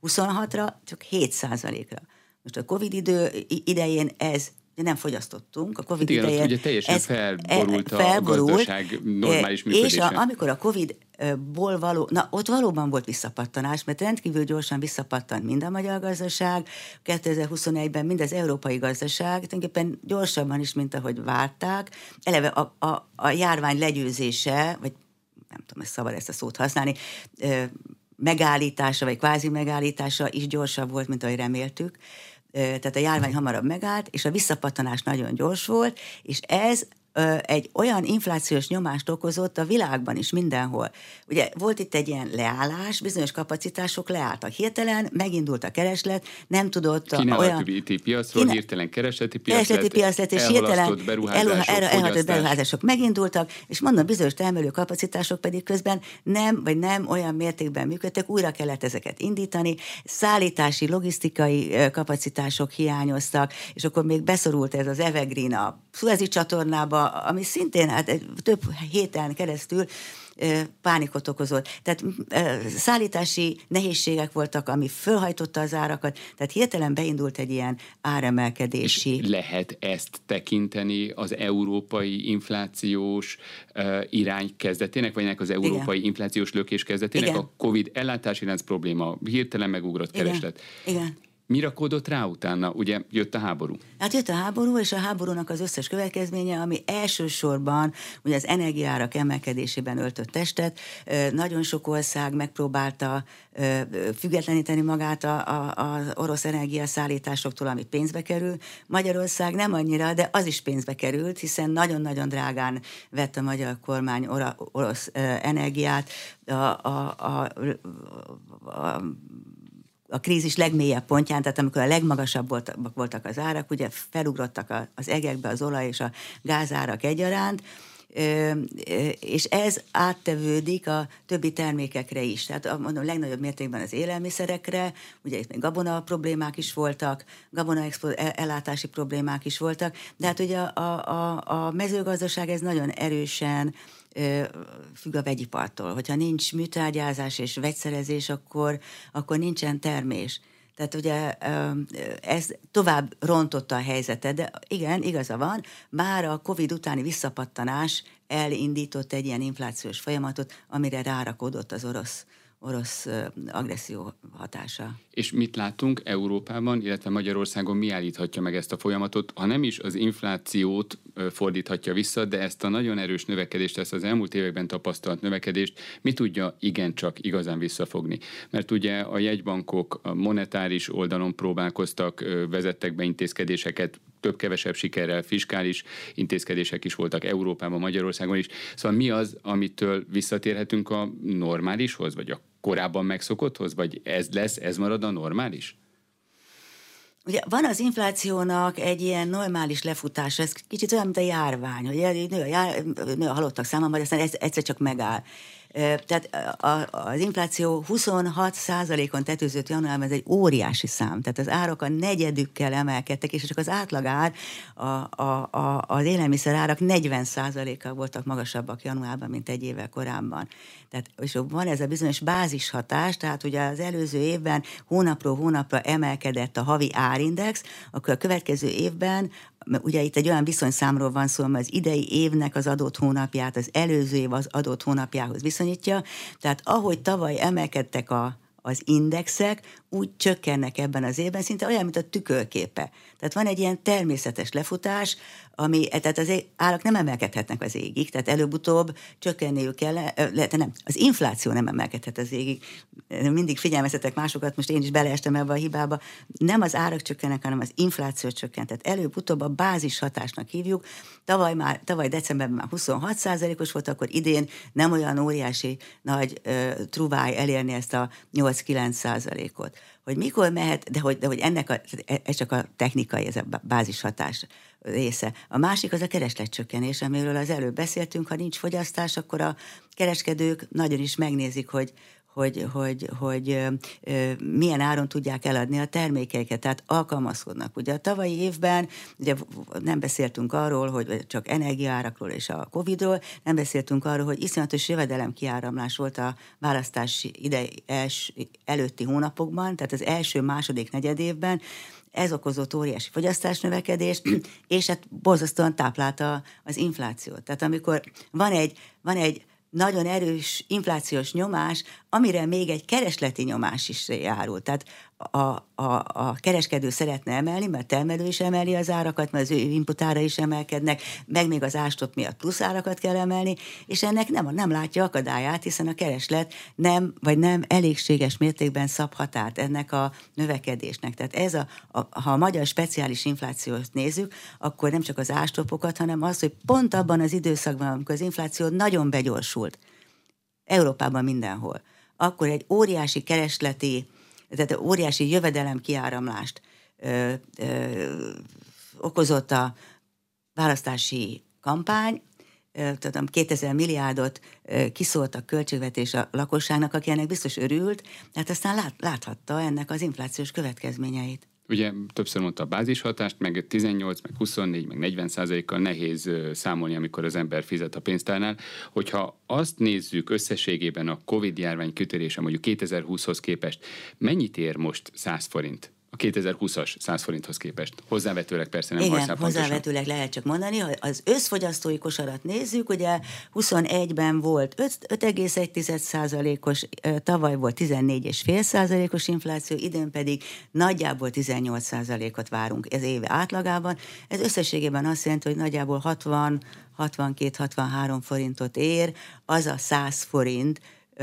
huszonhatra csak hét százalékra. Most a Covid idő idején ez nem fogyasztottunk. A Covid igen, idején ugye teljesen ez felborult, felborult a gazdaság normális működése. És a, amikor a Covid-ból való, na ott valóban volt visszapattanás, mert rendkívül gyorsan visszapattant mind a magyar gazdaság, kétezer-huszonegyben mind az európai gazdaság, tulajdonképpen gyorsabban is, mint ahogy várták. Eleve a, a, a járvány legyőzése, vagy nem tudom, ezt szabad ezt a szót használni, megállítása, vagy kvázi megállítása is gyorsabb volt, mint ahogy reméltük. Tehát a járvány hamarabb megállt, és a visszapattanás nagyon gyors volt, és ez egy olyan inflációs nyomást okozott a világban is mindenhol. Ugye volt itt egy ilyen leállás, bizonyos kapacitások leálltak. Hirtelen megindult a kereslet, nem tudott olyan... Kínálati piacról Kína... hirtelen keresleti piac keresleti lett, piac lett, és hirtelen beruházások, el, elhatott beruházások megindultak, és mondom, bizonyos termelő kapacitások pedig közben nem, vagy nem olyan mértékben működtek, újra kellett ezeket indítani, szállítási, logisztikai kapacitások hiányoztak, és akkor még beszorult ez az Evergreen a Suezi csatornába, ami szintén hát több héten keresztül pánikot okozott. Tehát szállítási nehézségek voltak, ami fölhajtotta az árakat, tehát hirtelen beindult egy ilyen áremelkedési... És lehet ezt tekinteni az európai inflációs uh, irány kezdetének, vagy ennek az európai Igen. inflációs lökés kezdetének? Igen. A Covid ellátási lánc probléma, hirtelen megugrott kereslet. Igen. Igen. Mi rakódott rá utána? Ugye jött a háború. Hát jött a háború, és a háborúnak az összes következménye, ami elsősorban ugye az energiaárak emelkedésében öltött testet. Nagyon sok ország megpróbálta függetleníteni magát az orosz energiaszállításoktól, ami pénzbe kerül. Magyarország nem annyira, de az is pénzbe került, hiszen nagyon-nagyon drágán vett a magyar kormány orosz energiát. A, a, a, a a krízis legmélyebb pontján, tehát amikor a legmagasabb voltak, voltak az árak, ugye felugrottak az egekbe az olaj és a gázárak egyaránt, és ez áttevődik a többi termékekre is. Tehát mondom, legnagyobb mértékben az élelmiszerekre, ugye itt még gabona problémák is voltak, gabona ellátási problémák is voltak, de hát ugye a, a, a mezőgazdaság ez nagyon erősen függ a vegyipartól. Hogyha nincs műtrágyázás és vegyszerezés, akkor, akkor nincsen termés. Tehát ugye ez tovább rontotta a helyzetet, de igen, igaza van, már a Covid utáni visszapattanás elindított egy ilyen inflációs folyamatot, amire rárakodott az orosz orosz agresszió hatása. És mit látunk Európában, illetve Magyarországon, mi állíthatja meg ezt a folyamatot, ha nem is az inflációt fordíthatja vissza, de ezt a nagyon erős növekedést, ezt az elmúlt években tapasztalt növekedést mi tudja igencsak igazán visszafogni? Mert ugye a jegybankok a monetáris oldalon próbálkoztak, vezettek be intézkedéseket, több-kevesebb sikerrel, fiskális intézkedések is voltak Európában, Magyarországon is. Szóval mi az, amitől visszatérhetünk a normálishoz, vagy a korábban megszokotthoz, vagy ez lesz, ez marad a normális? Ugye van az inflációnak egy ilyen normális lefutása, ez kicsit olyan, mint a járvány, hogy nő a, jár, nő a halottak száma, majd aztán egyszer csak megáll. Tehát az infláció huszonhat százalékon tetőzött januárban, ez egy óriási szám. Tehát az árak a negyedükkel emelkedtek, és csak az átlagár, a, a, a, az élelmiszer árak negyven százalékkal voltak magasabbak januárban, mint egy évvel korábban. Tehát és van ez a bizonyos bázishatás, tehát ugye az előző évben hónapról hónapra emelkedett a havi árindex, akkor a következő évben ugye itt egy olyan viszonyszámról van szó, mert az idei évnek az adott hónapját az előző év az adott hónapjához viszonyítja, tehát ahogy tavaly emelkedtek a, az indexek, úgy csökkennek ebben az évben, szinte olyan, mint a tükörképe. Tehát van egy ilyen természetes lefutás, ami, tehát az árak nem emelkedhetnek az égig, tehát előbb-utóbb csökkenniük kell, lehet, nem, az infláció nem emelkedhet az égig. Mindig figyelmeztetek másokat, most én is beleestem ebbe a hibába. Nem az árak csökkennek, hanem az infláció csökkent. Tehát előbb-utóbb a bázis hatásnak hívjuk. Tavaly, már, tavaly decemberben már huszonhat százalékos volt, akkor idén nem olyan óriási nagy uh, truváj elérni ezt a nyolc-kilenc százalékot. Hogy mikor mehet, de hogy, de hogy ennek a, ez csak a technikai, ez a bázishatás része. A másik az a keresletcsökkenés, amiről az előbb beszéltünk, ha nincs fogyasztás, akkor a kereskedők nagyon is megnézik, hogy, hogy, hogy, hogy ö, ö, milyen áron tudják eladni a termékeiket, tehát alkalmazkodnak. Ugye a tavalyi évben, ugye nem beszéltünk arról, hogy csak energiaárakról és a Covidról, nem beszéltünk arról, hogy iszonyatos jövedelemkiáramlás volt a választási ide els, előtti hónapokban, tehát az első, második negyedévben. Ez okozott óriási fogyasztásnövekedést, és hát borzasztóan táplálta az inflációt. Tehát amikor van egy, van egy nagyon erős inflációs nyomás, amire még egy keresleti nyomás is járul. Tehát a, a, a kereskedő szeretne emelni, mert a termelő is emeli az árakat, mert az ő inputára is emelkednek, meg még az ástop miatt plusz árakat kell emelni, és ennek nem, nem látja akadályát, hiszen a kereslet nem, vagy nem elégséges mértékben szab határt ennek a növekedésnek. Tehát ez a, a, ha a magyar speciális inflációt nézzük, akkor nem csak az ástopokat, hanem az, hogy pont abban az időszakban, amikor az infláció nagyon begyorsult, Európában mindenhol, akkor egy óriási keresleti, tehát óriási jövedelem kiáramlást ö, ö, okozott a választási kampány, ö, tudom, kétezer milliárdot ö, kiszólt a költségvetés a lakosságnak, aki ennek biztos örült, hát aztán lát, láthatta ennek az inflációs következményeit. Ugye többször mondta a bázishatást, meg tizennyolc, meg huszonnégy, meg negyven százalékkal nehéz számolni, amikor az ember fizet a pénztárnál. Hogyha azt nézzük összességében a Covid-járvány kitörése mondjuk kétezer-húszhoz képest, mennyit ér most száz forint? A kétezer-húszas száz forinthoz képest. Hozzávetőleg persze nem Igen, hozzávetőleg lehet csak mondani. Ha az összfogyasztói kosarat nézzük, ugye huszonegyben volt öt egész egy százalékos, tavaly volt tizennégy egész öt százalékos infláció, idén pedig nagyjából tizennyolc százalékot várunk ez éve átlagában. Ez összességében azt jelenti, hogy nagyjából hatvan, hatvankét, hatvanhárom forintot ér, az a száz forint,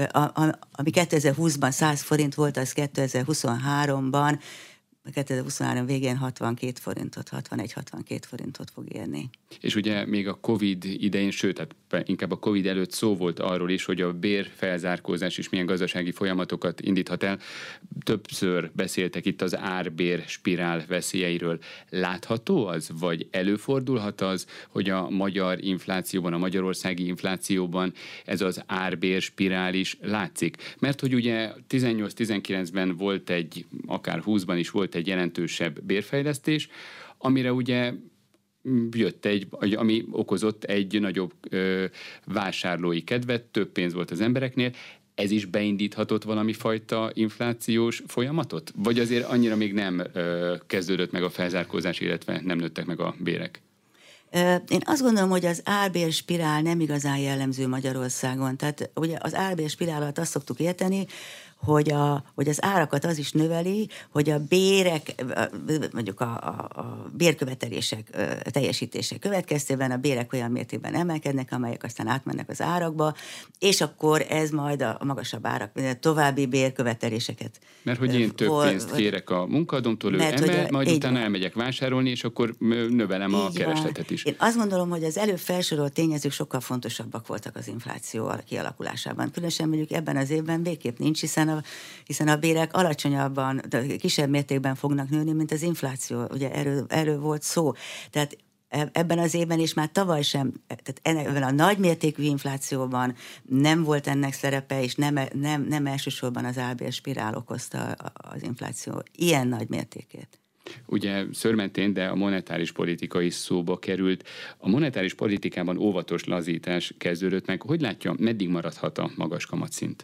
ami kétezer-húszban száz forint volt, az kétezer-huszonháromban kétezer-huszonhárom végén hatvankét forintot, hatvanegy-hatvankét forintot fog érni. És ugye még a Covid idején, sőt, tehát inkább a Covid előtt szó volt arról is, hogy a bérfelzárkózás is milyen gazdasági folyamatokat indíthat el. Többször beszéltek itt az árbér spirál veszélyeiről. Látható az, vagy előfordulhat az, hogy a magyar inflációban, a magyarországi inflációban ez az árbér spirál is látszik? Mert hogy ugye tizennyolc-tizenkilencben volt egy, akár húszban is volt egy jelentősebb bérfejlesztés, amire ugye jött egy, ami okozott egy nagyobb ö, vásárlói kedvet, több pénz volt az embereknél. Ez is beindíthatott valami fajta inflációs folyamatot? Vagy azért annyira még nem ö, kezdődött meg a felzárkózás, illetve nem nőttek meg a bérek? Én azt gondolom, hogy az árbérspirál nem igazán jellemző Magyarországon. Tehát ugye az árbérspirál alatt azt szoktuk érteni, hogy, a, hogy az árakat az is növeli, hogy a bérek, mondjuk a, a, a bérkövetelések teljesítése következtében a bérek olyan mértékben emelkednek, amelyek aztán átmennek az árakba, és akkor ez majd a magasabb árak, további bérköveteléseket. Mert hogy én több hol, pénzt kérek a munkaadómtól, ő emel, majd utána van. Elmegyek vásárolni, és akkor növelem így a keresletet is. Én azt gondolom, hogy az előbb felsorolt tényezők sokkal fontosabbak voltak az infláció kialakulásában. Különösen mondjuk ebben az évben végképp nincs, hiszen a, hiszen a bérek alacsonyabban, kisebb mértékben fognak nőni, mint az infláció. Ugye erről, erről volt szó. Tehát ebben az évben és már tavaly sem, tehát ebben a nagy mértékű inflációban nem volt ennek szerepe, és nem, nem, nem elsősorban az árbérspirál okozta az infláció ilyen nagy mértékét. Ugye szőrmentén, de a monetáris politika is szóba került. A monetáris politikában óvatos lazítás kezdődött meg. Hogy látja, meddig maradhat a magas kamatszint?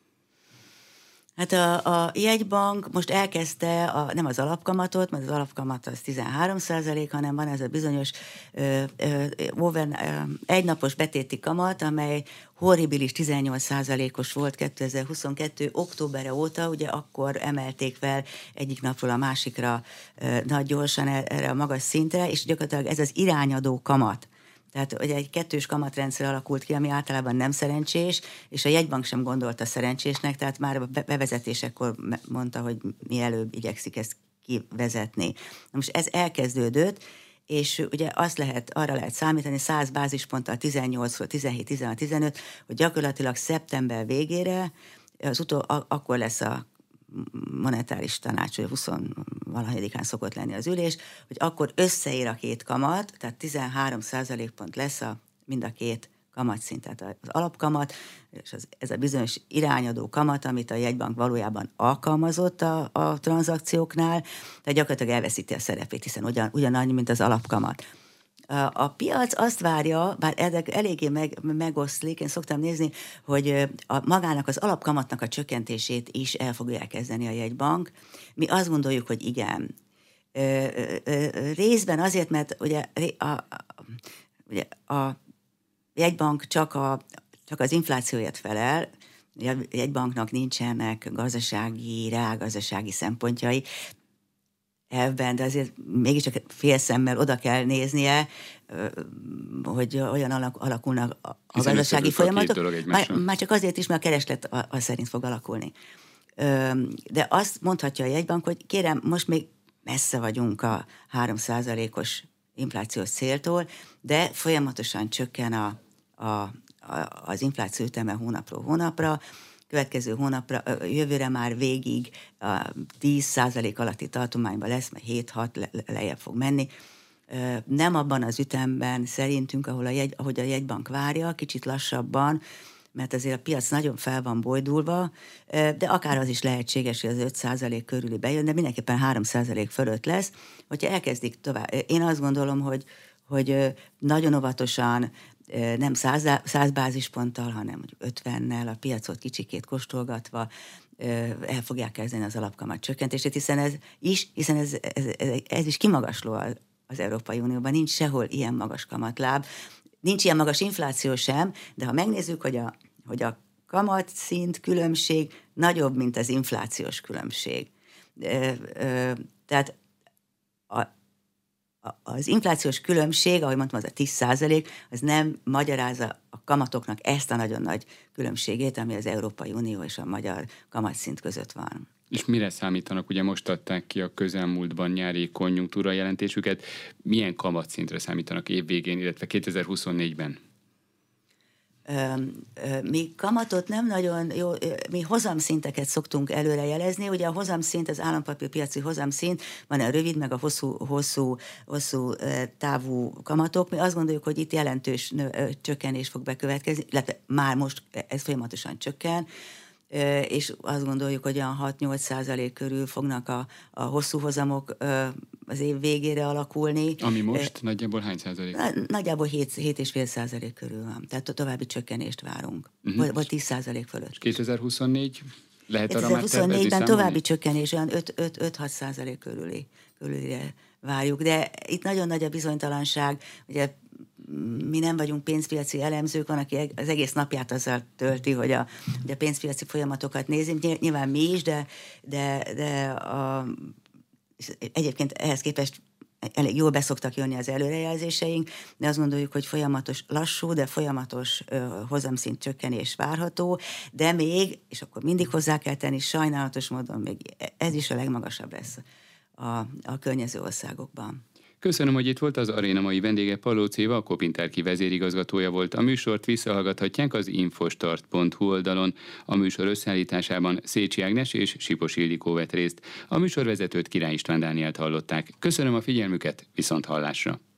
Hát a, a jegybank most elkezdte a, nem az alapkamatot, mert az alapkamat az tizenhárom százalék, hanem van ez a bizonyos ö, ö, over, ö, egynapos betéti kamat, amely horribilis tizennyolc százalékos volt kétezer-huszonkettő októberre óta, ugye akkor emelték fel egyik napról a másikra ö, nagy gyorsan erre a magas szintre, és gyakorlatilag ez az irányadó kamat. Tehát ugye egy kettős kamatrendszer alakult ki, ami általában nem szerencsés, és a jegybank sem gondolta szerencsésnek, tehát már a bevezetésekor mondta, hogy mielőbb igyekszik ezt kivezetni. Na most ez elkezdődött, és ugye azt lehet, arra lehet számítani száz bázisponttal tizennyolcról tizenhét, tizenhat, tizenöt, hogy gyakorlatilag szeptember végére, az utol, akkor lesz a monetáris tanács, hogy huszonvalahanyadikán szokott lenni az ülés, hogy akkor összeér a két kamat, tehát tizenhárom százalékpont lesz a, mind a két kamatszint, tehát az alapkamat, és az, ez a bizonyos irányadó kamat, amit a jegybank valójában alkalmazott a, a tranzakcióknál, tehát gyakorlatilag elveszíti a szerepét, hiszen ugyan, ugyanannyi, mint az alapkamat. A piac azt várja, bár ezek eléggé meg, megoszlik, én szoktam nézni, hogy a, magának az alapkamatnak a csökkentését is el fogja elkezdeni a jegybank. Mi azt gondoljuk, hogy igen. Ö, ö, ö, részben azért, mert ugye a, a, ugye a jegybank csak, a, csak az inflációért felel, a jegybanknak nincsenek gazdasági, reálgazdasági szempontjai, elvben, de azért mégiscsak fél szemmel oda kell néznie, hogy olyan alakulnak a hiszen gazdasági folyamatok. Már, már csak azért is, mert a kereslet az szerint fog alakulni. De azt mondhatja a jegybank, hogy kérem, most még messze vagyunk a három százalékos inflációs céltól, de folyamatosan csökken a, a, a, az infláció üteme hónapról hónapra, következő hónapra, jövőre már végig a tíz százalék alatti tartományban lesz, mert hét-hat le, lejjebb fog menni. Nem abban az ütemben szerintünk, ahol a jegy, ahogy a jegybank várja, kicsit lassabban, mert azért a piac nagyon fel van bojdulva, de akár az is lehetséges, hogy az öt százalék körüli bejön, de mindenképpen három százalék fölött lesz. Hogyha elkezdik tovább, én azt gondolom, hogy, hogy nagyon óvatosan, nem száz, száz bázisponttal, hanem mondjuk ötvennel a piacot kicsikét kóstolgatva el fogják kezdeni az alapkamat csökkentését, hiszen ez is, hiszen ez, ez, ez, ez is kimagasló az Európai Unióban, nincs sehol ilyen magas kamatláb, nincs ilyen magas infláció sem, de ha megnézzük, hogy a, hogy a kamatszint különbség nagyobb, mint az inflációs különbség. Tehát a az inflációs különbség, ahogy mondtam, az a tíz százalék, az nem magyarázza a kamatoknak ezt a nagyon nagy különbségét, ami az Európai Unió és a magyar kamatszint között van. És mire számítanak? Ugye most adták ki a közelmúltban nyári konjunktúra jelentésüket. Milyen kamatszintre számítanak évvégén, illetve kétezer-huszonnégyben? Mi kamatot nem nagyon jó, mi hozamszinteket szoktunk előrejelezni, ugye a hozamszint, az állampapírpiaci hozamszint, van a rövid, meg a hosszú, hosszú, hosszú távú kamatok. Mi azt gondoljuk, hogy itt jelentős nő, csökkenés fog bekövetkezni, illetve már most ez folyamatosan csökken, és azt gondoljuk, hogy olyan hat-nyolc százalék körül fognak a, a hosszú hozamok az év végére alakulni. Ami most e, nagyjából hány százalék? Nagyjából hét egész öt százalék körül van, tehát a további csökkenést várunk, uh-huh. vagy, vagy tíz százalék fölött. kétezer-huszonnégy lehet arra már tervezni, kétezer-huszonnégyben további csökkenés, olyan öt-hat százalék körüli, körülire várjuk, de itt nagyon nagy a bizonytalanság, ugye mi nem vagyunk pénzpiaci elemzők, van, aki az egész napját azzal tölti, hogy a, hogy a pénzpiaci folyamatokat nézünk. Nyilván mi is, de, de, de a, egyébként ehhez képest elég jól beszoktak jönni az előrejelzéseink, de azt gondoljuk, hogy folyamatos, lassú, de folyamatos ö, hozamszint csökkenés várható, de még, és akkor mindig hozzá kell tenni, sajnálatos módon még ez is a legmagasabb lesz a, a környező országokban. Köszönöm, hogy itt volt. Az aréna mai vendége Palóc Éva, a Kopintárki vezérigazgatója volt. A műsort visszahallgathatják az infostart pont hu oldalon. A műsor összeállításában Szécsi Ágnes és Sipos Ildikó vett részt. A műsorvezetőt Király István Dánielt hallották. Köszönöm a figyelmüket, viszont hallásra!